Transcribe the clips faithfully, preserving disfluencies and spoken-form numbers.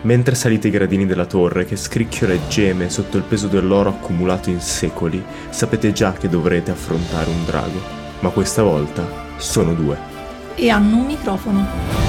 Mentre salite i gradini della torre che scricchiola e geme sotto il peso dell'oro accumulato in secoli, sapete già che dovrete affrontare un drago. Ma questa volta sono due. E hanno un microfono.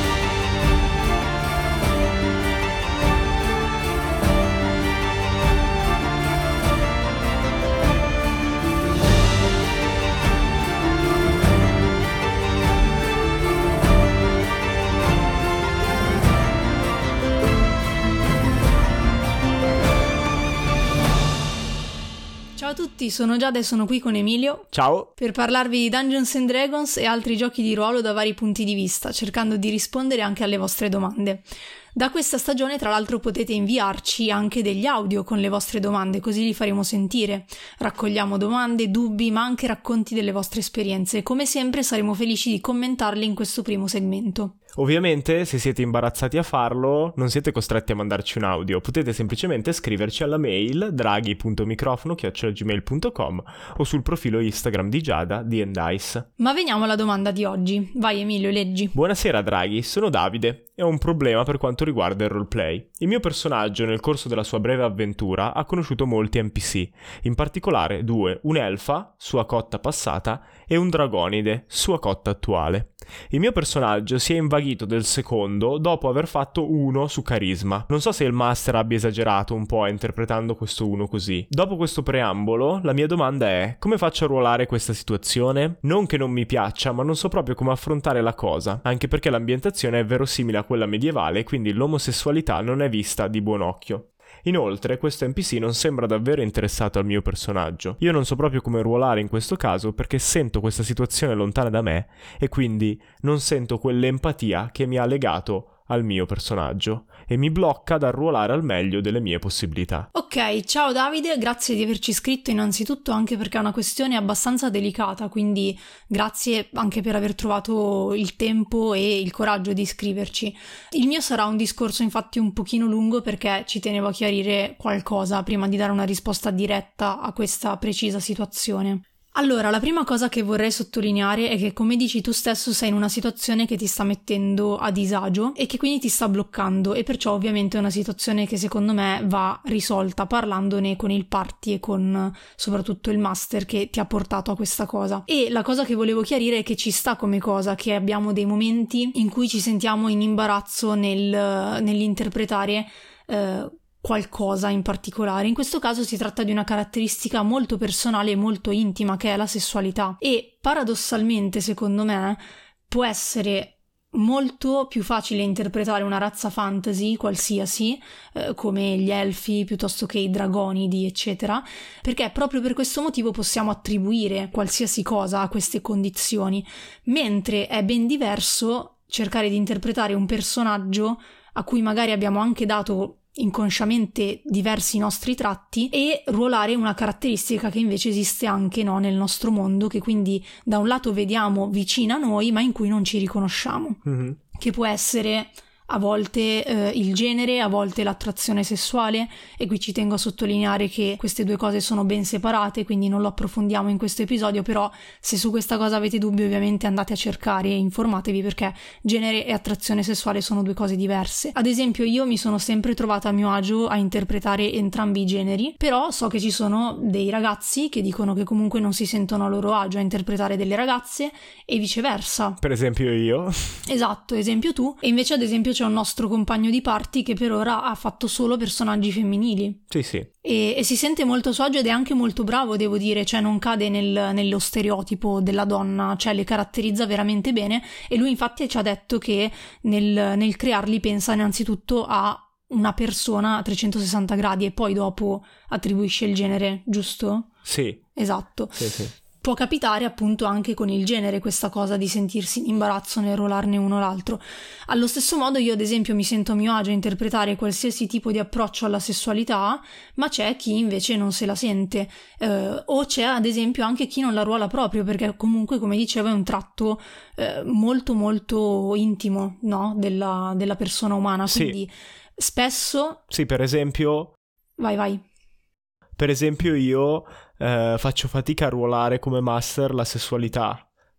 Ciao a tutti, sono Giada e sono qui con Emilio. Ciao! Per parlarvi di Dungeons and Dragons e altri giochi di ruolo da vari punti di vista, cercando di rispondere anche alle vostre domande. Da questa stagione, tra l'altro, potete inviarci anche degli audio con le vostre domande, così li faremo sentire. Raccogliamo domande, dubbi, ma anche racconti delle vostre esperienze e come sempre saremo felici di commentarli in questo primo segmento. Ovviamente, se siete imbarazzati a farlo, non siete costretti a mandarci un audio, potete semplicemente scriverci alla mail draghi punto microfono chiocciola gmail punto com o sul profilo Instagram di Giada D and Dice. Ma veniamo alla domanda di oggi. Vai Emilio, leggi. Buonasera Draghi, sono Davide e ho un problema per quanto riguarda il roleplay. Il mio personaggio nel corso della sua breve avventura ha conosciuto molti N P C, in particolare due, un'elfa, sua cotta passata, e un dragonide, sua cotta attuale. Il mio personaggio si è invaghito del secondo dopo aver fatto uno su carisma. Non so se il master abbia esagerato un po' interpretando questo uno così. Dopo questo preambolo, la mia domanda è: come faccio a ruolare questa situazione? Non che non mi piaccia, ma non so proprio come affrontare la cosa, anche perché l'ambientazione è verosimile a quella medievale, quindi l'omosessualità non è vista di buon occhio. Inoltre, questo N P C non sembra davvero interessato al mio personaggio. Io non so proprio come ruolare in questo caso perché sento questa situazione lontana da me e quindi non sento quell'empatia che mi ha legato al mio personaggio e mi blocca dal ruolare al meglio delle mie possibilità. Ok, ciao Davide, grazie di averci scritto innanzitutto, anche perché è una questione abbastanza delicata, quindi grazie anche per aver trovato il tempo e il coraggio di scriverci. Il mio sarà un discorso infatti un pochino lungo perché ci tenevo a chiarire qualcosa prima di dare una risposta diretta a questa precisa situazione. Allora, la prima cosa che vorrei sottolineare è che, come dici tu stesso, sei in una situazione che ti sta mettendo a disagio e che quindi ti sta bloccando, e perciò ovviamente è una situazione che secondo me va risolta parlandone con il party e con soprattutto il master che ti ha portato a questa cosa. E la cosa che volevo chiarire è che ci sta come cosa, che abbiamo dei momenti in cui ci sentiamo in imbarazzo nel, nell'interpretare eh, qualcosa in particolare. In questo caso si tratta di una caratteristica molto personale e molto intima che è la sessualità, e paradossalmente secondo me può essere molto più facile interpretare una razza fantasy qualsiasi eh, come gli elfi piuttosto che i dragonidi eccetera, perché proprio per questo motivo possiamo attribuire qualsiasi cosa a queste condizioni, mentre è ben diverso cercare di interpretare un personaggio a cui magari abbiamo anche dato inconsciamente diversi nostri tratti e ruolare una caratteristica che invece esiste anche, no, nel nostro mondo, che quindi da un lato vediamo vicina a noi ma in cui non ci riconosciamo, mm-hmm. che può essere a volte eh, il genere, a volte l'attrazione sessuale, e qui ci tengo a sottolineare che queste due cose sono ben separate, quindi non lo approfondiamo in questo episodio, però se su questa cosa avete dubbi ovviamente andate a cercare e informatevi, perché genere e attrazione sessuale sono due cose diverse. Ad esempio io mi sono sempre trovata a mio agio a interpretare entrambi i generi, però so che ci sono dei ragazzi che dicono che comunque non si sentono a loro agio a interpretare delle ragazze e viceversa. Per esempio io. Esatto, esempio tu, e invece ad esempio c'è un nostro compagno di party che per ora ha fatto solo personaggi femminili. Sì, sì. E, e si sente molto a suo agio ed è anche molto bravo, devo dire, cioè non cade nel, nello stereotipo della donna, cioè le caratterizza veramente bene, e lui infatti ci ha detto che nel, nel crearli pensa innanzitutto a una persona a trecentosessanta gradi e poi dopo attribuisce il genere, giusto? Sì. Esatto. Sì, sì. Può capitare appunto anche con il genere questa cosa di sentirsi in imbarazzo nel ruolarne uno o l'altro. Allo stesso modo io ad esempio mi sento a mio agio a interpretare qualsiasi tipo di approccio alla sessualità, ma c'è chi invece non se la sente, eh, o c'è ad esempio anche chi non la ruola proprio, perché comunque, come dicevo, è un tratto eh, molto molto intimo, no? della, della persona umana, quindi sì. Spesso... Sì, per esempio... Vai, vai. Per esempio io eh, faccio fatica a ruolare come master la sessualità,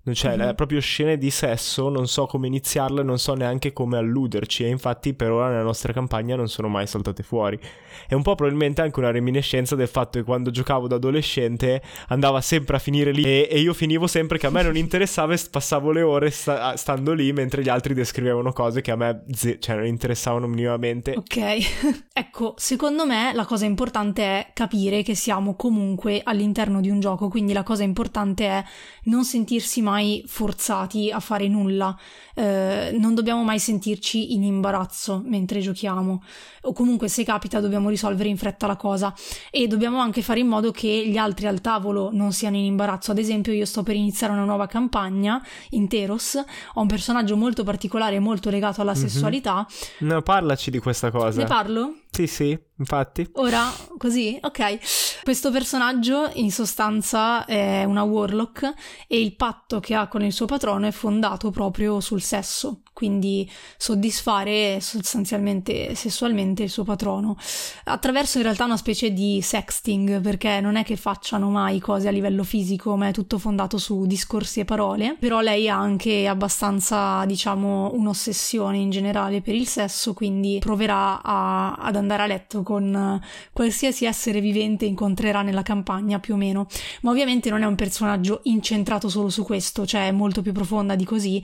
Cioè, Mhm. le proprio scene di sesso, non so come iniziarle, non so neanche come alluderci, e infatti per ora nella nostra campagna non sono mai saltate fuori. È un po' probabilmente anche una reminiscenza del fatto che quando giocavo da adolescente andava sempre a finire lì e, e io finivo sempre che a me non interessava e passavo le ore sta- stando lì mentre gli altri descrivevano cose che a me ze- cioè, non interessavano minimamente. Ok, ecco, secondo me la cosa importante è capire che siamo comunque all'interno di un gioco, quindi la cosa importante è non sentirsi mai forzati a fare nulla, eh, non dobbiamo mai sentirci in imbarazzo mentre giochiamo, o comunque se capita dobbiamo risolvere in fretta la cosa e dobbiamo anche fare in modo che gli altri al tavolo non siano in imbarazzo. Ad esempio io sto per iniziare una nuova campagna in Teros, ho un personaggio molto particolare e molto legato alla Mhm. sessualità. No, parlaci di questa cosa. Ne parlo? Sì, sì, infatti. Ora, così? Ok. Questo personaggio in sostanza è una warlock e il patto che ha con il suo patrono è fondato proprio sul sesso, quindi soddisfare sostanzialmente sessualmente il suo patrono attraverso in realtà una specie di sexting, perché non è che facciano mai cose a livello fisico, ma è tutto fondato su discorsi e parole. Però lei ha anche abbastanza, diciamo, un'ossessione in generale per il sesso, quindi proverà a, ad andare a letto con qualsiasi essere vivente incontrerà nella campagna, più o meno. Ma ovviamente non è un personaggio incentrato solo su questo, cioè è molto più profonda di così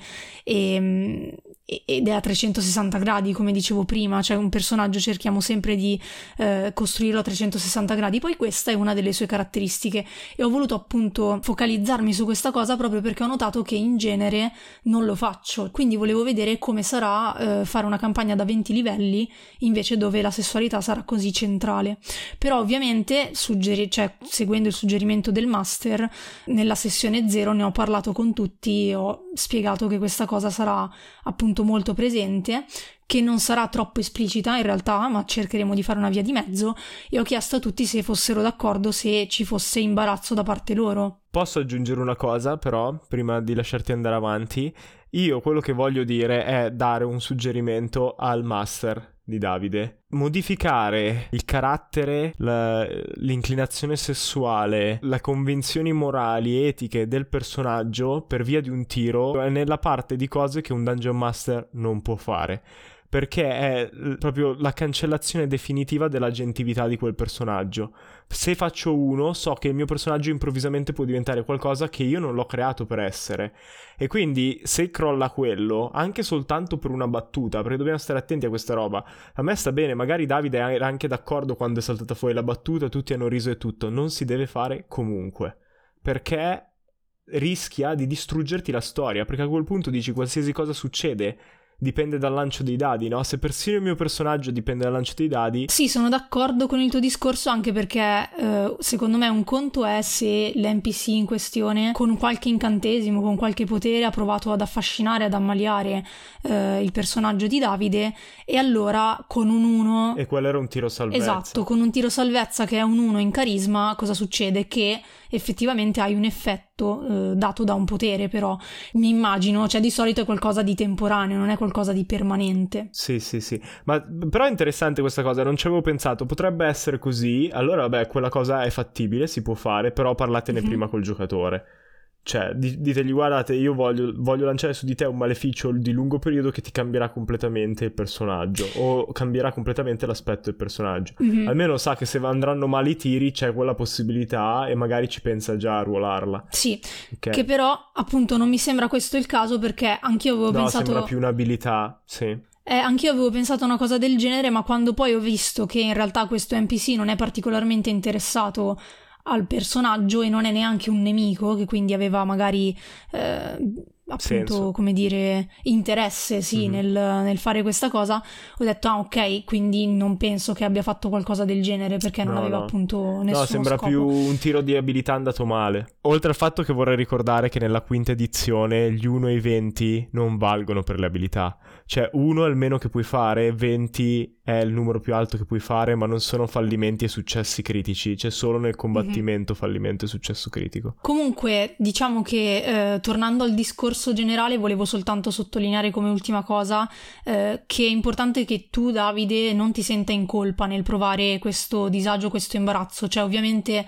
e, ed è a trecentosessanta gradi, come dicevo prima, cioè un personaggio cerchiamo sempre di eh, costruirlo a trecentosessanta gradi. Poi questa è una delle sue caratteristiche e ho voluto appunto focalizzarmi su questa cosa proprio perché ho notato che in genere non lo faccio, quindi volevo vedere come sarà eh, fare una campagna da venti livelli invece dove la sessualità sarà così centrale. Però ovviamente suggeri- cioè, seguendo il suggerimento del master, nella sessione zero ne ho parlato con tutti, ho spiegato che questa cosa sarà appunto molto presente, che non sarà troppo esplicita in realtà, ma cercheremo di fare una via di mezzo, e ho chiesto a tutti se fossero d'accordo, se ci fosse imbarazzo da parte loro. Posso aggiungere una cosa però, prima di lasciarti andare avanti? Io quello che voglio dire è dare un suggerimento al master di Davide. Modificare il carattere, la, l'inclinazione sessuale, le convinzioni morali, etiche del personaggio per via di un tiro è nella parte di cose che un Dungeon Master non può fare, perché è proprio la cancellazione definitiva dell'agentività di quel personaggio. Se faccio uno, so che il mio personaggio improvvisamente può diventare qualcosa che io non l'ho creato per essere, e quindi se crolla quello, anche soltanto per una battuta, perché dobbiamo stare attenti a questa roba. A me sta bene, magari Davide era anche d'accordo quando è saltata fuori la battuta, tutti hanno riso e tutto, non si deve fare comunque, perché rischia di distruggerti la storia, perché a quel punto dici qualsiasi cosa succede dipende dal lancio dei dadi, no? Se persino il mio personaggio dipende dal lancio dei dadi... Sì, sono d'accordo con il tuo discorso, anche perché eh, secondo me un conto è se l'N P C in questione con qualche incantesimo, con qualche potere ha provato ad affascinare, ad ammaliare eh, il personaggio di Davide, e allora con un uno... E quello era un tiro salvezza. Esatto, con un tiro salvezza che è un uno in carisma, cosa succede? Che effettivamente hai un effetto eh, dato da un potere, però mi immagino, cioè di solito è qualcosa di temporaneo, non è qualcosa di permanente. Sì, sì, sì. Ma però è interessante questa cosa, non ci avevo pensato. Potrebbe essere così. Allora, vabbè, quella cosa è fattibile, si può fare, però parlatene Mm-hmm. prima col giocatore. Cioè, di- ditegli, guardate, io voglio, voglio lanciare su di te un maleficio di lungo periodo che ti cambierà completamente il personaggio, o cambierà completamente l'aspetto del personaggio. Mm-hmm. Almeno sa che se andranno male i tiri c'è quella possibilità e magari ci pensa già a ruolarla. Sì, Okay. che però appunto non mi sembra questo il caso, perché anch'io avevo No, pensato... sembra più un'abilità, sì. Eh, anch'io avevo pensato a una cosa del genere, ma quando poi ho visto che in realtà questo N P C non è particolarmente interessato al personaggio e non è neanche un nemico, che quindi aveva magari eh, appunto, Senso. come dire, interesse, sì, Mhm. nel, nel fare questa cosa, ho detto, ah ok, quindi non penso che abbia fatto qualcosa del genere, perché non No, aveva no. appunto nessuno No, sembra scopo. più un tiro di abilità andato male. Oltre al fatto che vorrei ricordare che nella quinta edizione gli uno e i venti non valgono per le abilità. Cioè uno è il meno che puoi fare, venti è il numero più alto che puoi fare, ma non sono fallimenti e successi critici. C'è solo nel combattimento fallimento e successo critico. Comunque, diciamo che eh, tornando al discorso generale, volevo soltanto sottolineare come ultima cosa eh, che è importante che tu, Davide, non ti senta in colpa nel provare questo disagio, questo imbarazzo. Cioè, ovviamente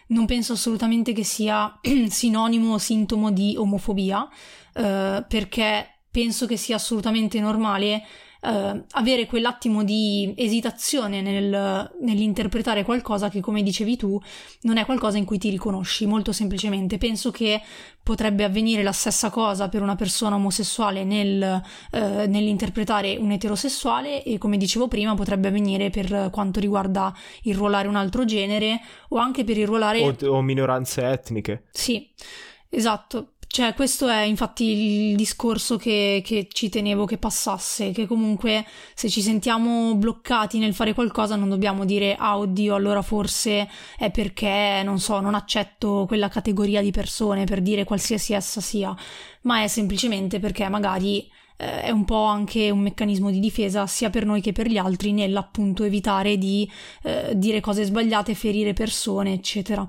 non penso assolutamente che sia sinonimo o sintomo di omofobia, eh, perché penso che sia assolutamente normale Uh, avere quell'attimo di esitazione nel, nell'interpretare qualcosa che, come dicevi tu, non è qualcosa in cui ti riconosci. Molto semplicemente penso che potrebbe avvenire la stessa cosa per una persona omosessuale nel, uh, nell'interpretare un eterosessuale, e come dicevo prima potrebbe avvenire per quanto riguarda il ruolare un altro genere, o anche per il ruolare o, o minoranze etniche. Sì, esatto. Cioè, questo è infatti il discorso che, che ci tenevo che passasse, che comunque se ci sentiamo bloccati nel fare qualcosa non dobbiamo dire ah oddio, allora forse è perché, non so, non accetto quella categoria di persone, per dire qualsiasi essa sia, ma è semplicemente perché magari eh, è un po' anche un meccanismo di difesa sia per noi che per gli altri, nell'appunto evitare di eh, dire cose sbagliate, ferire persone, eccetera.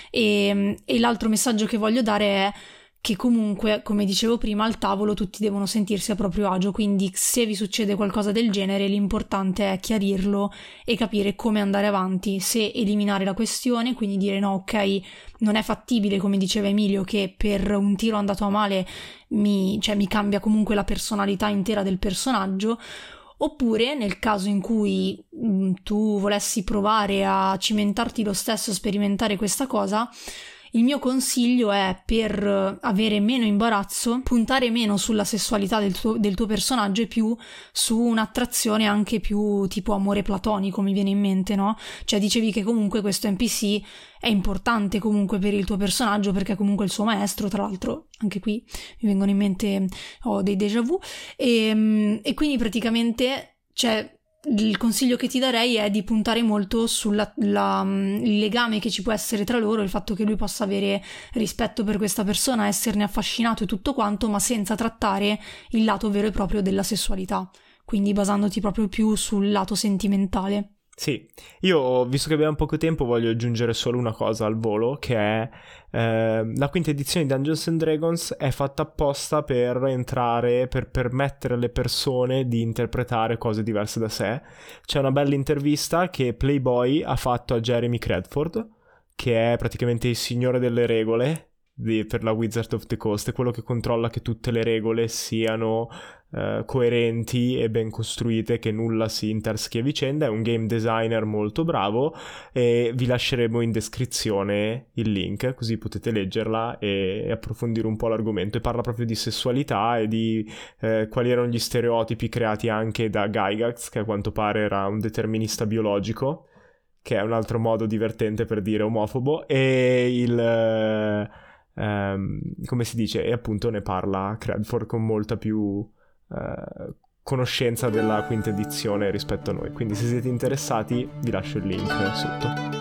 E, e l'altro messaggio che voglio dare è che comunque, come dicevo prima, al tavolo tutti devono sentirsi a proprio agio, quindi se vi succede qualcosa del genere l'importante è chiarirlo e capire come andare avanti, se eliminare la questione, quindi dire no, ok, non è fattibile, come diceva Emilio, che per un tiro andato a male mi, cioè, mi cambia comunque la personalità intera del personaggio. Oppure nel caso in cui mh, tu volessi provare a cimentarti lo stesso, sperimentare questa cosa, il mio consiglio è, per avere meno imbarazzo, puntare meno sulla sessualità del tuo, del tuo personaggio e più su un'attrazione anche più tipo amore platonico, mi viene in mente, no? Cioè dicevi che comunque questo N P C è importante comunque per il tuo personaggio perché è comunque il suo maestro, tra l'altro anche qui mi vengono in mente, ho dei déjà vu, e, e quindi praticamente c'è... Il consiglio che ti darei è di puntare molto sul legame che ci può essere tra loro, il fatto che lui possa avere rispetto per questa persona, esserne affascinato e tutto quanto, ma senza trattare il lato vero e proprio della sessualità, quindi basandoti proprio più sul lato sentimentale. Sì, io, visto che abbiamo poco tempo, voglio aggiungere solo una cosa al volo, che è eh, la quinta edizione di Dungeons and Dragons è fatta apposta per entrare, per permettere alle persone di interpretare cose diverse da sé. C'è una bella intervista che Playboy ha fatto a Jeremy Cradford, che è praticamente il signore delle regole di, per la Wizard of the Coast, è quello che controlla che tutte le regole siano eh, coerenti e ben costruite, che nulla si interschi a vicenda. È un game designer molto bravo e vi lasceremo in descrizione il link, così potete leggerla e approfondire un po' l'argomento. E parla proprio di sessualità e di eh, quali erano gli stereotipi creati anche da Gygax, che a quanto pare era un determinista biologico, che è un altro modo divertente per dire omofobo, e il... Um, come si dice, e appunto ne parla Cradford con molta più uh, conoscenza della quinta edizione rispetto a noi, quindi se siete interessati vi lascio il link sotto.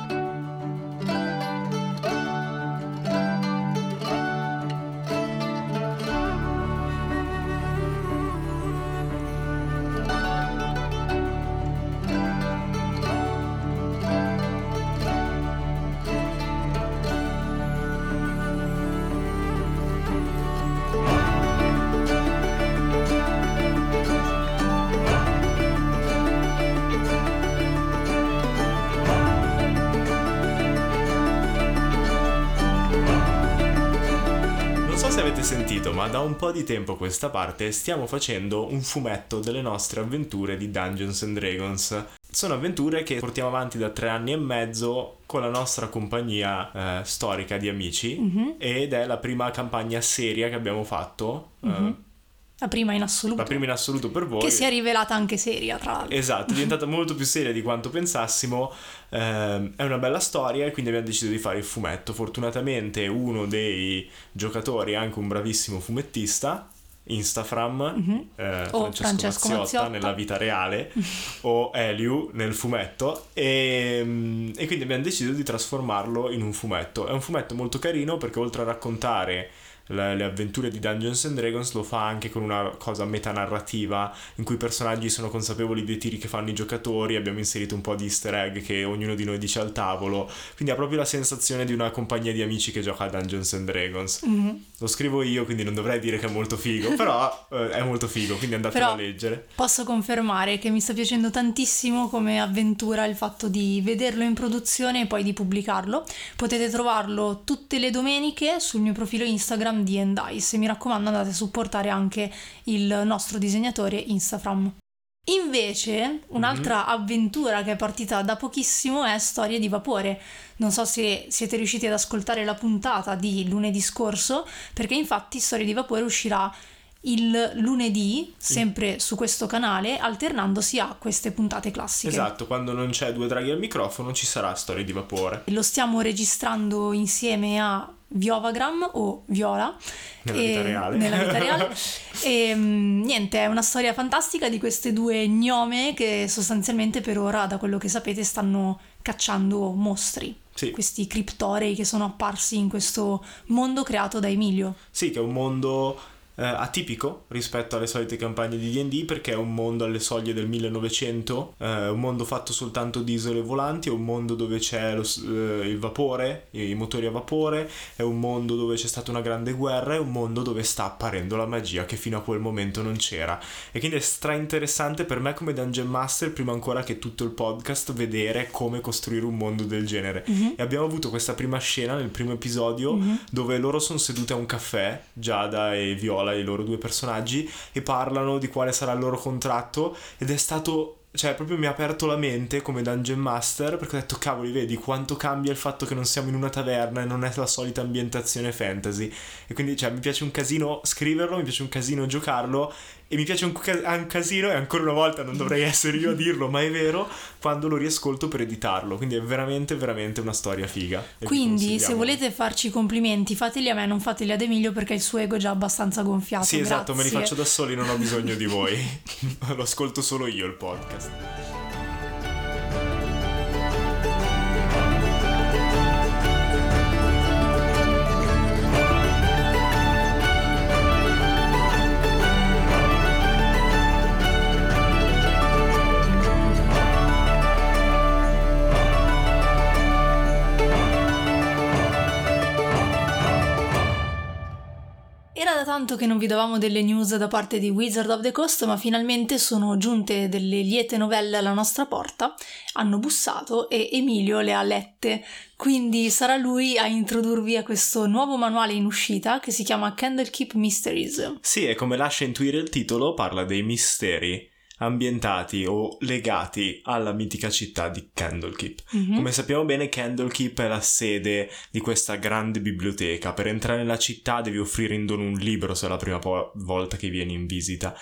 Sentito, ma da un po' di tempo a questa parte stiamo facendo un fumetto delle nostre avventure di Dungeons and Dragons. Sono avventure che portiamo avanti da tre anni e mezzo con la nostra compagnia eh, storica di amici, mm-hmm. ed è la prima campagna seria che abbiamo fatto. Mm-hmm. Eh, La prima in assoluto. La prima in assoluto per voi. Che si è rivelata anche seria, tra l'altro. Esatto, è diventata molto più seria di quanto pensassimo. Eh, è una bella storia e quindi abbiamo deciso di fare il fumetto. Fortunatamente uno dei giocatori è anche un bravissimo fumettista, Instafram, mm-hmm. eh, oh, Francesco, Francesco Maziotta, Maziotta nella vita reale, o Eliu nel fumetto, e, e quindi abbiamo deciso di trasformarlo in un fumetto. È un fumetto molto carino perché oltre a raccontare le, le avventure di Dungeons and Dragons, lo fa anche con una cosa metanarrativa in cui i personaggi sono consapevoli dei tiri che fanno i giocatori, abbiamo inserito un po' di easter egg che ognuno di noi dice al tavolo, quindi ha proprio la sensazione di una compagnia di amici che gioca a Dungeons and Dragons. Mm-hmm. Lo scrivo io, quindi non dovrei dire che è molto figo, però eh, è molto figo, quindi andatelo a leggere. Posso confermare che mi sta piacendo tantissimo come avventura il fatto di vederlo in produzione e poi di pubblicarlo. Potete trovarlo tutte le domeniche sul mio profilo Instagram D and Dice e mi raccomando andate a supportare anche il nostro disegnatore Instagram. Invece un'altra mm-hmm. avventura che è partita da pochissimo è Storie di Vapore. Non so se siete riusciti ad ascoltare la puntata di lunedì scorso, perché infatti Storie di Vapore uscirà il lunedì, sempre su questo canale, alternandosi a queste puntate classiche. Esatto, quando non c'è Due Draghi al microfono ci sarà Storie di Vapore. Lo stiamo registrando insieme a Viovagram o Viola nella vita reale, nella vita reale. E niente, è una storia fantastica di queste due gnome che sostanzialmente per ora, da quello che sapete, stanno cacciando mostri. Sì. Questi criptorei che sono apparsi in questo mondo creato da Emilio. Sì, che è un mondo eh, atipico rispetto alle solite campagne di D and D, perché è un mondo alle soglie del millenovecento, eh, un mondo fatto soltanto di isole volanti, è un mondo dove c'è lo, eh, il vapore, i motori a vapore, è un mondo dove c'è stata una grande guerra, è un mondo dove sta apparendo la magia che fino a quel momento non c'era, e quindi è stra interessante per me come Dungeon Master, prima ancora che tutto il podcast, vedere come costruire un mondo del genere. Mm-hmm. E abbiamo avuto questa prima scena nel primo episodio, mm-hmm. dove loro sono sedute a un caffè, Giada e Viola, i loro due personaggi, e parlano di quale sarà il loro contratto, ed è stato, cioè proprio mi ha aperto la mente come Dungeon Master, perché ho detto cavoli, vedi quanto cambia il fatto che non siamo in una taverna e non è la solita ambientazione fantasy, e quindi cioè mi piace un casino scriverlo, mi piace un casino giocarlo, e mi piace un, ca- un casino, e ancora una volta non dovrei essere io a dirlo, ma è vero, quando lo riascolto per editarlo, quindi è veramente veramente una storia figa. Quindi se volete farci complimenti fateli a me, non fateli ad Emilio, perché il suo ego è già abbastanza gonfiato. Sì, esatto, grazie. Me li faccio da soli, non ho bisogno di voi. Lo ascolto solo io il podcast. Era da tanto che non vi davamo delle news da parte di Wizard of the Coast, ma finalmente sono giunte delle liete novelle alla nostra porta, hanno bussato e Emilio le ha lette, quindi sarà lui a introdurvi a questo nuovo manuale in uscita che si chiama Candlekeep Mysteries. Sì, e come lascia intuire il titolo, parla dei misteri ambientati o legati alla mitica città di Candlekeep. Mm-hmm. Come sappiamo bene, Candlekeep è la sede di questa grande biblioteca. Per entrare nella città devi offrire in dono un libro se è la prima po- volta che vieni in visita.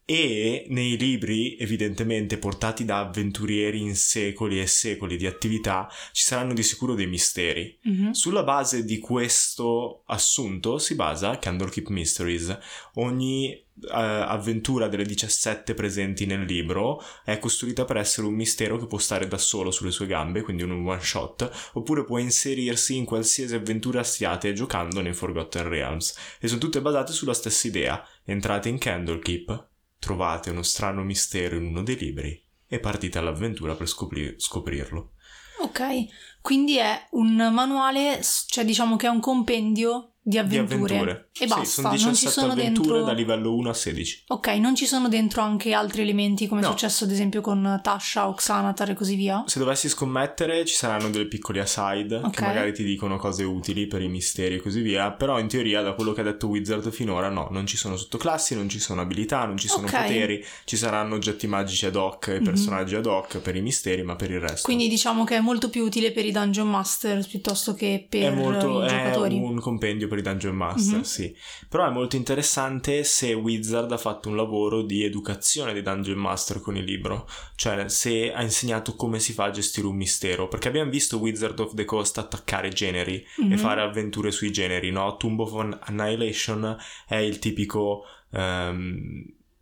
E nei libri, evidentemente portati da avventurieri in secoli e secoli di attività, ci saranno di sicuro dei misteri. Mm-hmm. Sulla base di questo assunto si basa Candlekeep Mysteries. Ogni uh, avventura delle diciassette presenti nel libro è costruita per essere un mistero che può stare da solo sulle sue gambe, quindi un one shot, oppure può inserirsi in qualsiasi avventura stiate giocando nei Forgotten Realms. E sono tutte basate sulla stessa idea. Entrate in Candlekeep, trovate uno strano mistero in uno dei libri e partite all'avventura per scopri- scoprirlo. Ok, quindi è un manuale, cioè diciamo che è un compendio di avventure, di avventure. E basta, sì, sono diciassette non ci sono avventure dentro... da livello uno a sedici. Ok, non ci sono dentro anche altri elementi come no. è successo ad esempio con Tasha o Xanatar e così via? Se dovessi scommettere ci saranno delle piccoli aside, okay, che magari ti dicono cose utili per i misteri e così via, però in teoria da quello che ha detto Wizard finora no, non ci sono sottoclassi, non ci sono abilità, non ci sono okay. poteri, ci saranno oggetti magici ad hoc e personaggi mm-hmm. ad hoc per i misteri, ma per il resto. Quindi diciamo che è molto più utile per i Dungeon Master piuttosto che per è molto, i giocatori. È un compendio per i Dungeon Master. Mm-hmm. Sì, però è molto interessante se Wizard ha fatto un lavoro di educazione dei Dungeon Master con il libro, cioè se ha insegnato come si fa a gestire un mistero, perché abbiamo visto Wizard of the Coast attaccare generi mm-hmm. e fare avventure sui generi, no? Tomb of Annihilation è il tipico um,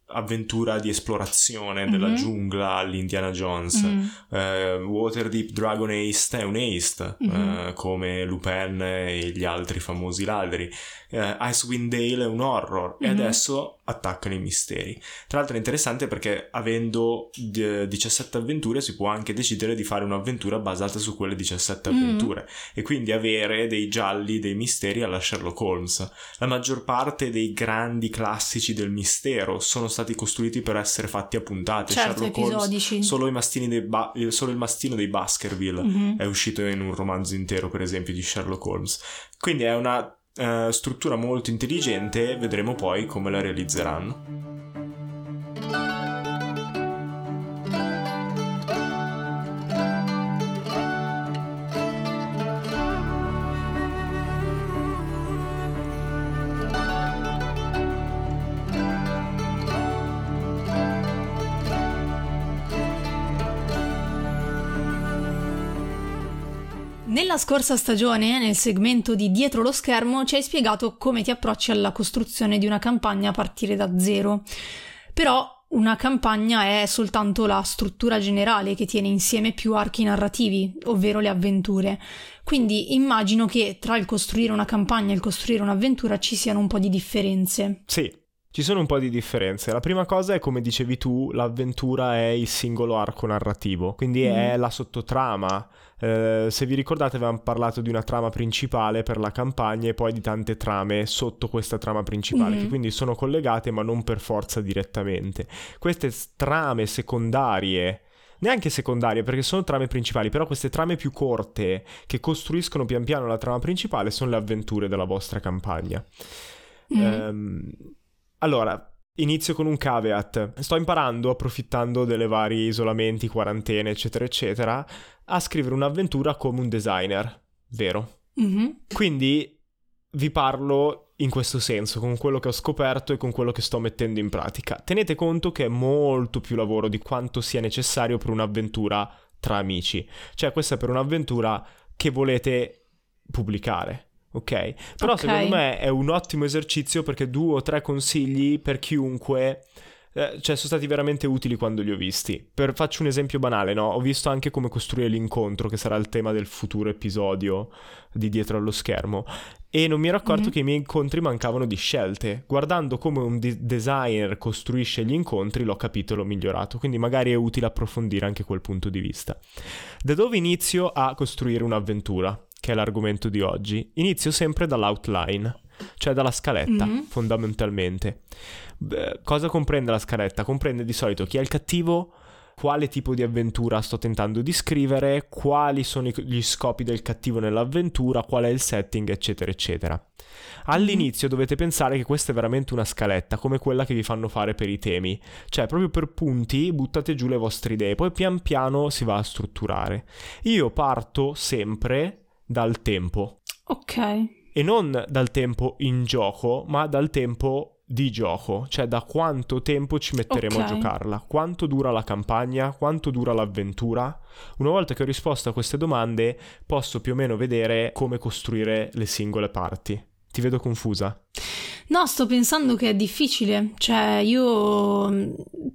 avventura di esplorazione della mm-hmm. giungla all'Indiana Jones. mm. uh, Waterdeep Dragon Heist è un heist, mm-hmm. uh, come Lupin e gli altri famosi ladri. uh, Icewind Dale è un horror, mm-hmm. e adesso attaccano i misteri. Tra l'altro è interessante perché avendo d- diciassette avventure si può anche decidere di fare un'avventura basata su quelle diciassette mm-hmm. avventure, e quindi avere dei gialli, dei misteri alla Sherlock Holmes. La maggior parte dei grandi classici del mistero sono stati costruiti per essere fatti a puntate. Certo, Sherlock episodici. Holmes, solo, i mastini dei ba- solo il mastino dei Baskerville mm-hmm. è uscito in un romanzo intero, per esempio, di Sherlock Holmes. Quindi è una uh, struttura molto intelligente, vedremo poi come la realizzeranno. Nella scorsa stagione, nel segmento di Dietro lo schermo, ci hai spiegato come ti approcci alla costruzione di una campagna a partire da zero. Però una campagna è soltanto la struttura generale che tiene insieme più archi narrativi, ovvero le avventure. Quindi immagino che tra il costruire una campagna e il costruire un'avventura ci siano un po' di differenze. Sì, ci sono un po' di differenze. La prima cosa è, come dicevi tu, l'avventura è il singolo arco narrativo, quindi mm. è la sottotrama. Eh, se vi ricordate avevamo parlato di una trama principale per la campagna e poi di tante trame sotto questa trama principale, mm-hmm. che quindi sono collegate ma non per forza direttamente. Queste trame secondarie, neanche secondarie perché sono trame principali, però queste trame più corte che costruiscono pian piano la trama principale sono le avventure della vostra campagna. Mm-hmm. Ehm, allora... Inizio con un caveat. Sto imparando, approfittando delle vari isolamenti, quarantene, eccetera, eccetera, a scrivere un'avventura come un designer, vero? Mm-hmm. Quindi vi parlo in questo senso, con quello che ho scoperto e con quello che sto mettendo in pratica. Tenete conto che è molto più lavoro di quanto sia necessario per un'avventura tra amici. Cioè, questa è per un'avventura che volete pubblicare. Ok, però okay. secondo me è un ottimo esercizio perché due o tre consigli per chiunque, eh, cioè sono stati veramente utili quando li ho visti. Per, faccio un esempio banale, no? Ho visto anche come costruire l'incontro, che sarà il tema del futuro episodio di Dietro allo schermo, e non mi ero accorto mm-hmm. che i miei incontri mancavano di scelte. Guardando come un de- designer costruisce gli incontri l'ho capito e l'ho migliorato, quindi magari è utile approfondire anche quel punto di vista. Da dove inizio a costruire un'avventura? Che è l'argomento di oggi. Inizio sempre dall'outline, cioè dalla scaletta, mm-hmm. fondamentalmente. Beh, cosa comprende la scaletta? Comprende di solito chi è il cattivo, quale tipo di avventura sto tentando di scrivere, quali sono gli scopi del cattivo nell'avventura, qual è il setting, eccetera, eccetera. All'inizio mm-hmm. dovete pensare che questa è veramente una scaletta, come quella che vi fanno fare per i temi. Cioè, proprio per punti buttate giù le vostre idee, poi pian piano si va a strutturare. Io parto sempre dal tempo. Ok. E non dal tempo in gioco, ma dal tempo di gioco, cioè da quanto tempo ci metteremo okay. a giocarla, quanto dura la campagna, quanto dura l'avventura. Una volta che ho risposto a queste domande, posso più o meno vedere come costruire le singole parti. Ti vedo confusa? No, sto pensando che è difficile, cioè io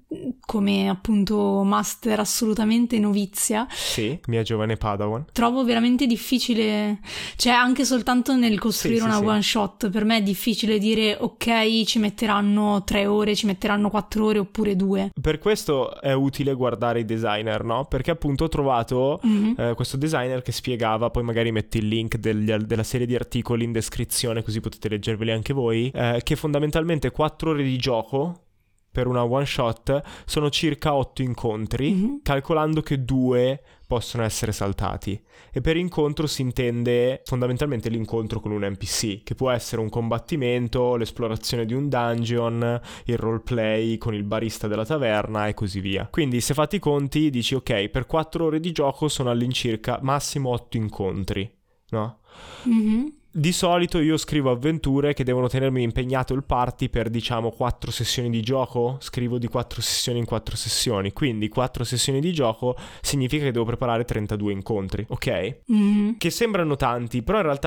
come appunto master assolutamente novizia. Sì, mia giovane Padawan. Trovo veramente difficile, cioè anche soltanto nel costruire sì, una sì, one sì. shot, per me è difficile dire ok, ci metteranno tre ore, ci metteranno quattro ore oppure due. Per questo è utile guardare i designer, no? Perché appunto ho trovato mm-hmm. eh, questo designer che spiegava, poi magari metti il link degli, della serie di articoli in descrizione così potete leggerveli anche voi, eh, che fondamentalmente quattro ore di gioco per una one shot sono circa otto incontri, mm-hmm. calcolando che due possono essere saltati. E per incontro si intende fondamentalmente l'incontro con un N P C, che può essere un combattimento, l'esplorazione di un dungeon, il roleplay con il barista della taverna e così via. Quindi se fate i conti dici ok, per quattro ore di gioco sono all'incirca massimo otto incontri, no? Mm-hmm. Di solito io scrivo avventure che devono tenermi impegnato il party per diciamo quattro sessioni di gioco, scrivo di quattro sessioni in quattro sessioni, quindi quattro sessioni di gioco significa che devo preparare trentadue incontri, ok? Mm-hmm. Che sembrano tanti, però in realtà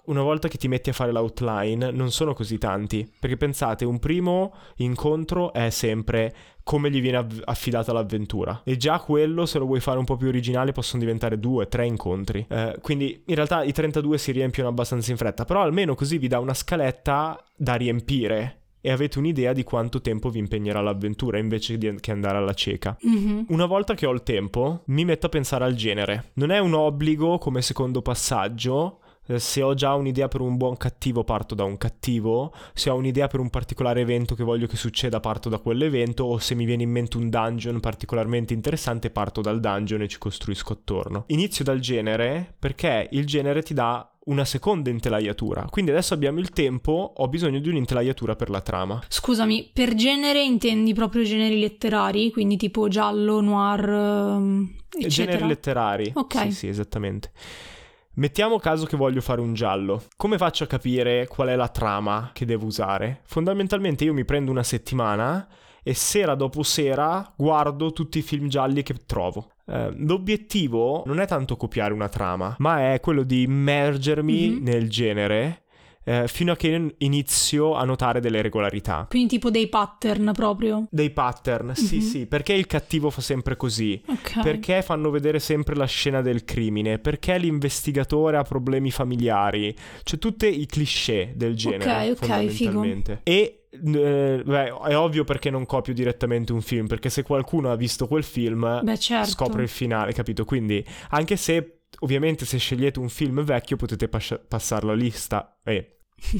una volta che ti metti a fare l'outline non sono così tanti, perché pensate, un primo incontro è sempre come gli viene av- affidata l'avventura, e già quello, se lo vuoi fare un po' più originale, possono diventare due, tre incontri, eh, quindi in realtà i trentadue si riempiono abbastanza in fretta, però almeno così vi dà una scaletta da riempire e avete un'idea di quanto tempo vi impegnerà l'avventura invece di, che andare alla cieca. Mm-hmm. Una volta che ho il tempo mi metto a pensare al genere. Non è un obbligo come secondo passaggio. Se ho già un'idea per un buon cattivo, parto da un cattivo. Se ho un'idea per un particolare evento che voglio che succeda, parto da quell'evento. O se mi viene in mente un dungeon particolarmente interessante, parto dal dungeon e ci costruisco attorno. Inizio dal genere perché il genere ti dà una seconda intelaiatura. Quindi adesso abbiamo il tempo, ho bisogno di un'intelaiatura per la trama. Scusami, per genere intendi proprio generi letterari? Quindi tipo giallo, noir, um, eccetera? Generi letterari. Ok. Sì, sì, esattamente. Mettiamo caso che voglio fare un giallo. Come faccio a capire qual è la trama che devo usare? Fondamentalmente io mi prendo una settimana e sera dopo sera guardo tutti i film gialli che trovo. Eh, l'obiettivo non è tanto copiare una trama, ma è quello di immergermi mm-hmm. nel genere eh, fino a che inizio a notare delle regolarità. Quindi tipo dei pattern proprio? Dei pattern, mm-hmm. sì sì, perché il cattivo fa sempre così, okay. Perché fanno vedere sempre la scena del crimine, perché l'investigatore ha problemi familiari, cioè tutti i cliché del genere, ok, ok, fondamentalmente. figo. E Eh, beh, è ovvio perché non copio direttamente un film, perché se qualcuno ha visto quel film beh, certo. scopre il finale, capito? Quindi anche se ovviamente se scegliete un film vecchio potete pas- passare la lista eh,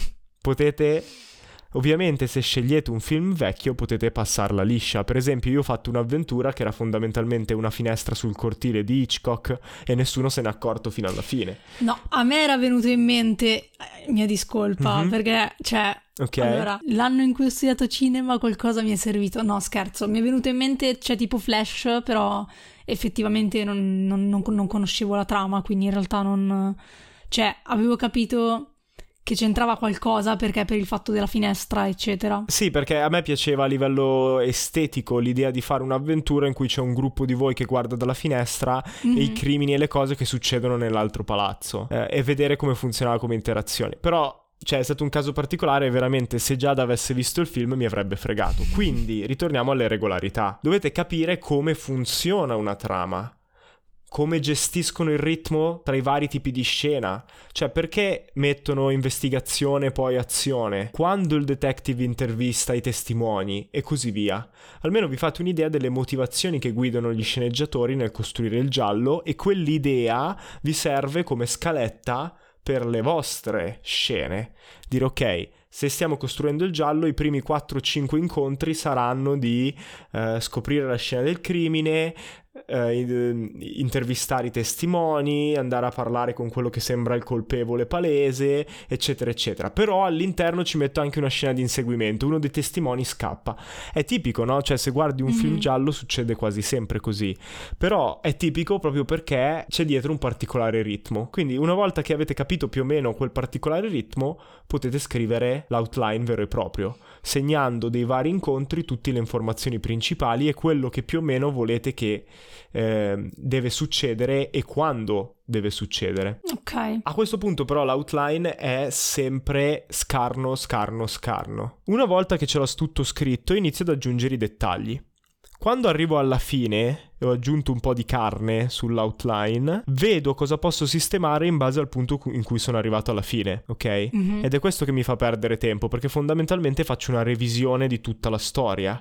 potete ovviamente se scegliete un film vecchio potete passarla liscia. Per esempio io ho fatto un'avventura che era fondamentalmente una finestra sul cortile di Hitchcock e nessuno se n'è accorto fino alla fine. No, a me era venuto in mente, mia discolpa, mm-hmm. perché cioè okay. Allora, l'anno in cui ho studiato cinema qualcosa mi è servito, no scherzo, mi è venuto in mente, c'è tipo Flash, però effettivamente non, non, non, non conoscevo la trama, quindi in realtà non, cioè avevo capito che c'entrava qualcosa perché per il fatto della finestra eccetera. Sì, perché a me piaceva a livello estetico l'idea di fare un'avventura in cui c'è un gruppo di voi che guarda dalla finestra mm-hmm. e i crimini e le cose che succedono nell'altro palazzo eh, e vedere come funzionava come interazione. Però cioè è stato un caso particolare e veramente se Giada avesse visto il film mi avrebbe fregato. Quindi ritorniamo alle regolarità. Dovete capire come funziona una trama, come gestiscono il ritmo tra i vari tipi di scena, cioè perché mettono investigazione e poi azione, quando il detective intervista i testimoni e così via. Almeno vi fate un'idea delle motivazioni che guidano gli sceneggiatori nel costruire il giallo e quell'idea vi serve come scaletta per le vostre scene. Dire ok, se stiamo costruendo il giallo i primi quattro cinque incontri saranno di eh, scoprire la scena del crimine, eh, intervistare i testimoni, andare a parlare con quello che sembra il colpevole palese, eccetera eccetera. Però all'interno ci metto anche una scena di inseguimento, uno dei testimoni scappa. È tipico, no? Cioè se guardi un mm-hmm. film giallo succede quasi sempre così, però è tipico proprio perché c'è dietro un particolare ritmo. Quindi una volta che avete capito più o meno quel particolare ritmo potete scrivere l'outline vero e proprio, segnando dei vari incontri tutte le informazioni principali e quello che più o meno volete che eh, deve succedere e quando deve succedere. Ok. A questo punto però l'outline è sempre scarno, scarno, scarno. Una volta che ce l'ho tutto scritto inizio ad aggiungere i dettagli. Quando arrivo alla fine e ho aggiunto un po' di carne sull'outline, vedo cosa posso sistemare in base al punto in cui sono arrivato alla fine, ok? Mm-hmm. Ed è questo che mi fa perdere tempo, perché fondamentalmente faccio una revisione di tutta la storia.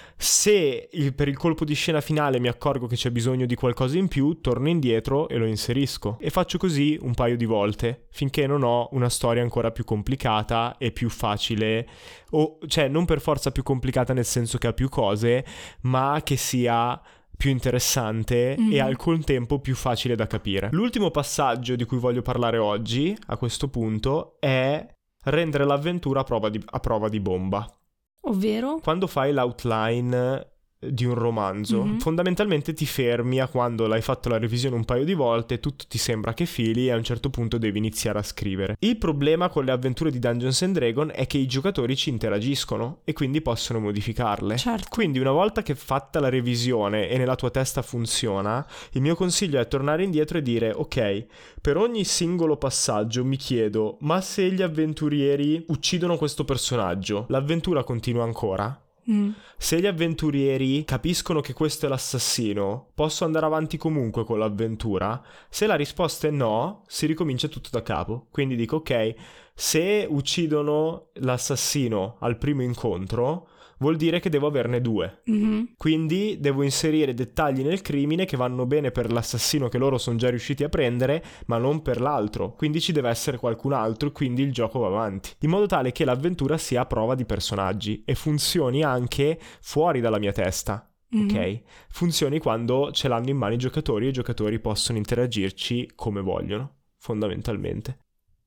Se il, per il colpo di scena finale mi accorgo che c'è bisogno di qualcosa in più, torno indietro e lo inserisco. E faccio così un paio di volte, finché non ho una storia ancora più complicata e più facile, o cioè non per forza più complicata nel senso che ha più cose, ma che sia più interessante mm. e al contempo più facile da capire. L'ultimo passaggio di cui voglio parlare oggi, a questo punto, è rendere l'avventura a prova di, a prova di bomba. Ovvero? Quando fai l'outline di un romanzo. Mm-hmm. Fondamentalmente ti fermi a quando l'hai fatto la revisione un paio di volte, tutto ti sembra che fili e a un certo punto devi iniziare a scrivere. Il problema con le avventure di Dungeons and Dragons è che i giocatori ci interagiscono e quindi possono modificarle. Certo. Quindi una volta che fatta la revisione e nella tua testa funziona, il mio consiglio è tornare indietro e dire: ok, per ogni singolo passaggio mi chiedo, ma se gli avventurieri uccidono questo personaggio, l'avventura continua ancora? Mm. Se gli avventurieri capiscono che questo è l'assassino, posso andare avanti comunque con l'avventura? Se la risposta è no, si ricomincia tutto da capo. Quindi dico: ok, se uccidono l'assassino al primo incontro, vuol dire che devo averne due. Mm-hmm. Quindi devo inserire dettagli nel crimine che vanno bene per l'assassino che loro sono già riusciti a prendere, ma non per l'altro. Quindi ci deve essere qualcun altro e quindi il gioco va avanti. In modo tale che l'avventura sia a prova di personaggi e funzioni anche fuori dalla mia testa. Mm-hmm. Ok? Funzioni quando ce l'hanno in mano i giocatori e i giocatori possono interagirci come vogliono, fondamentalmente.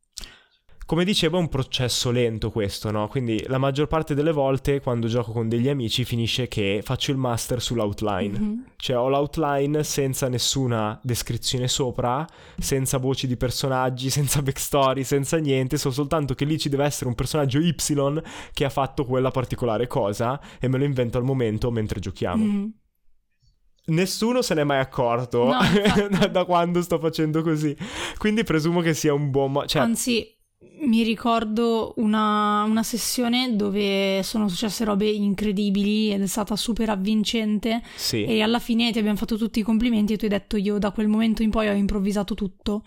Come dicevo, è un processo lento questo, no? Quindi la maggior parte delle volte quando gioco con degli amici finisce che faccio il master sull'outline. Mm-hmm. Cioè ho l'outline senza nessuna descrizione sopra, senza voci di personaggi, senza backstory, senza niente. So soltanto che lì ci deve essere un personaggio Y che ha fatto quella particolare cosa e me lo invento al momento mentre giochiamo. Mm-hmm. Nessuno se n'è mai accorto no, da, da quando sto facendo così. Quindi presumo che sia un buon... Mo- cioè... Anzi... Mi ricordo una, una sessione dove sono successe robe incredibili ed è stata super avvincente. Sì. E alla fine ti abbiamo fatto tutti i complimenti e tu hai detto: io da quel momento in poi ho improvvisato tutto.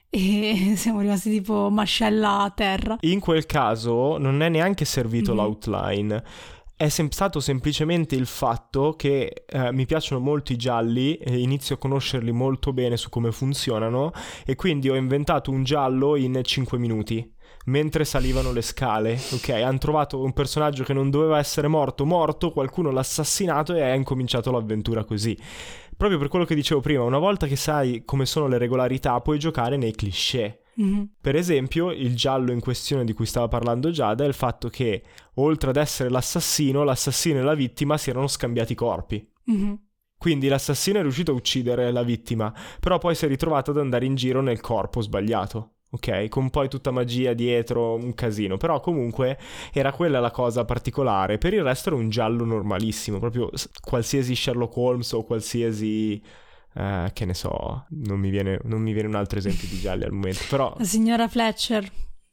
E siamo rimasti tipo mascella a terra. In quel caso non è neanche servito mm-hmm. l'outline. È sem- stato semplicemente il fatto che eh, mi piacciono molto i gialli e inizio a conoscerli molto bene su come funzionano e quindi ho inventato un giallo in cinque minuti mentre salivano le scale. Ok, hanno trovato un personaggio che non doveva essere morto morto, qualcuno l'ha assassinato e ha incominciato l'avventura così. Proprio per quello che dicevo prima, una volta che sai come sono le regolarità puoi giocare nei cliché. Mm-hmm. Per esempio, il giallo in questione di cui stava parlando Giada è il fatto che, oltre ad essere l'assassino, l'assassino e la vittima si erano scambiati corpi. Mm-hmm. Quindi l'assassino è riuscito a uccidere la vittima, però poi si è ritrovato ad andare in giro nel corpo sbagliato. Ok, con poi tutta magia dietro, un casino. Però comunque era quella la cosa particolare. Per il resto era un giallo normalissimo, proprio qualsiasi Sherlock Holmes o qualsiasi... Uh, che ne so, non mi viene, non mi viene un altro esempio di gialli al momento, però... La signora Fletcher.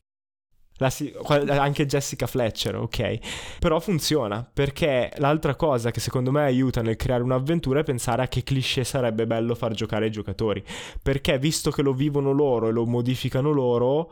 La si- anche Jessica Fletcher, ok. Però funziona, perché l'altra cosa che secondo me aiuta nel creare un'avventura è pensare a che cliché sarebbe bello far giocare ai giocatori. Perché visto che lo vivono loro e lo modificano loro,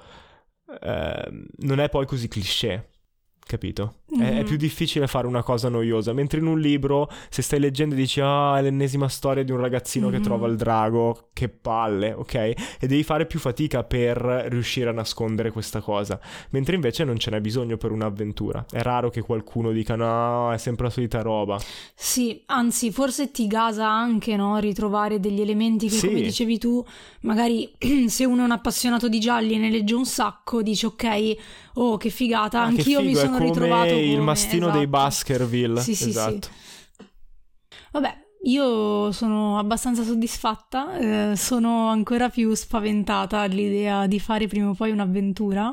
eh, non è poi così cliché. Capito? Mm-hmm. È, è più difficile fare una cosa noiosa, mentre in un libro, se stai leggendo e dici ah, è l'ennesima storia di un ragazzino mm-hmm. che trova il drago, che palle, ok? E devi fare più fatica per riuscire a nascondere questa cosa, mentre invece non ce n'è bisogno per un'avventura. È raro che qualcuno dica no, è sempre la solita roba. Sì, anzi, forse ti gasa anche, no? Ritrovare degli elementi che, sì. come dicevi tu, magari se uno è un appassionato di gialli e ne legge un sacco, dice ok, oh che figata, ah, anch'io che figo, mi sono come ritrovato come il mastino esatto. dei Baskerville. Sì, sì, esatto. Sì. Vabbè, io sono abbastanza soddisfatta, eh, sono ancora più spaventata all'idea di fare prima o poi un'avventura.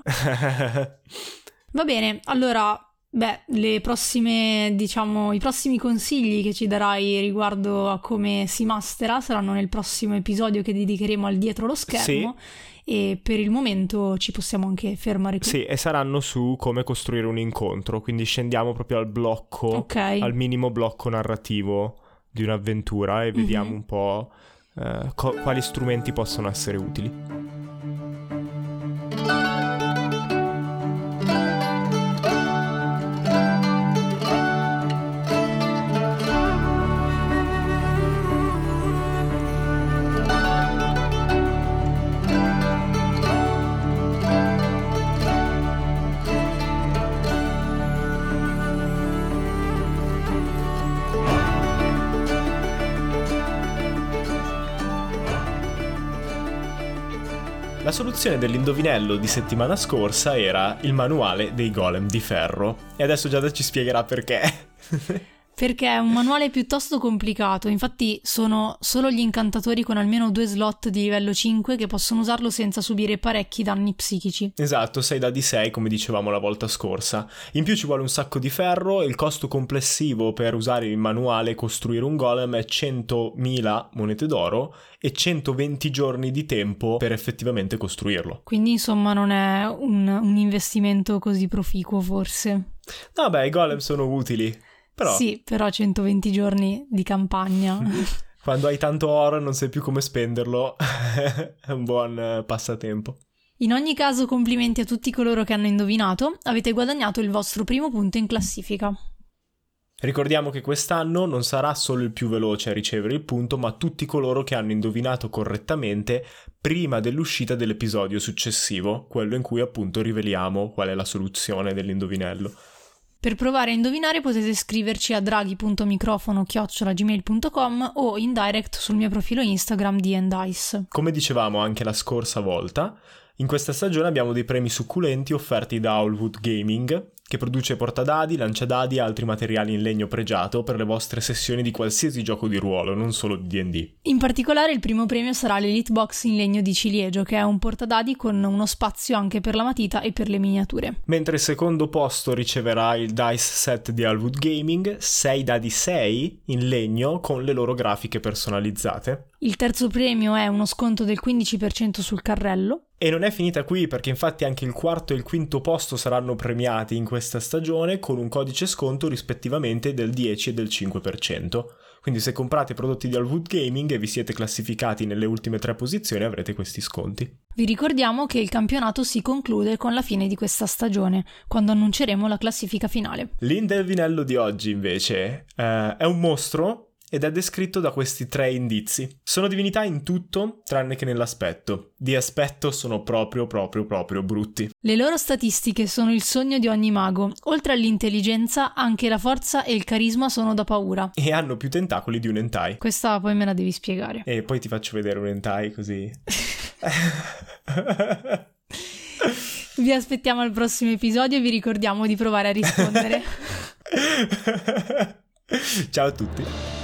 Va bene, allora, beh, le prossime, diciamo, i prossimi consigli che ci darai riguardo a come si mastera saranno nel prossimo episodio che dedicheremo al dietro lo schermo. Sì. E per il momento ci possiamo anche fermare qui. Sì, e saranno su come costruire un incontro, quindi scendiamo proprio al blocco, okay. al minimo blocco narrativo di un'avventura e vediamo mm-hmm. un po' eh, co- quali strumenti possono essere utili. La soluzione dell'indovinello di settimana scorsa era il manuale dei golem di ferro. E adesso Giada ci spiegherà perché. Perché è un manuale piuttosto complicato, infatti sono solo gli incantatori con almeno due slot di livello cinque che possono usarlo senza subire parecchi danni psichici. Esatto, sei dadi sei come dicevamo la volta scorsa. In più ci vuole un sacco di ferro e il costo complessivo per usare il manuale e costruire un golem è centomila monete d'oro e centoventi giorni di tempo per effettivamente costruirlo. Quindi insomma non è un, un investimento così proficuo forse. No beh, i golem sono utili. Però... Sì, però centoventi giorni di campagna. Quando hai tanto oro e non sai più come spenderlo, è un buon passatempo. In ogni caso, complimenti a tutti coloro che hanno indovinato, avete guadagnato il vostro primo punto in classifica. Ricordiamo che quest'anno non sarà solo il più veloce a ricevere il punto, ma tutti coloro che hanno indovinato correttamente prima dell'uscita dell'episodio successivo, quello in cui appunto riveliamo qual è la soluzione dell'indovinello. Per provare a indovinare potete scriverci a draghi punto microfono chiocciola gmail punto com o in direct sul mio profilo Instagram D and Dice. Come dicevamo anche la scorsa volta, in questa stagione abbiamo dei premi succulenti offerti da Owlwood Gaming, che produce portadadi, lanciadadi e altri materiali in legno pregiato per le vostre sessioni di qualsiasi gioco di ruolo, non solo di D and D. In particolare il primo premio sarà l'Elite Box in legno di ciliegio, che è un portadadi con uno spazio anche per la matita e per le miniature. Mentre il secondo posto riceverà il Dice Set di Owlwood Gaming, sei dadi sei in legno con le loro grafiche personalizzate. Il terzo premio è uno sconto del quindici per cento sul carrello. E non è finita qui, perché infatti anche il quarto e il quinto posto saranno premiati in questa stagione con un codice sconto rispettivamente del dieci e del cinque per cento. Quindi se comprate prodotti di Owlwood Gaming e vi siete classificati nelle ultime tre posizioni avrete questi sconti. Vi ricordiamo che il campionato si conclude con la fine di questa stagione, quando annunceremo la classifica finale. L'indovinello di oggi invece eh, è un mostro ed è descritto da questi tre indizi. Sono divinità in tutto tranne che nell'aspetto. Di aspetto sono proprio proprio proprio brutti. Le loro statistiche sono il sogno di ogni mago. Oltre all'intelligenza, anche la forza e il carisma sono da paura. E hanno più tentacoli di un hentai. Questa poi me la devi spiegare. E poi ti faccio vedere un hentai così. Vi aspettiamo al prossimo episodio e vi ricordiamo di provare a rispondere. Ciao a tutti.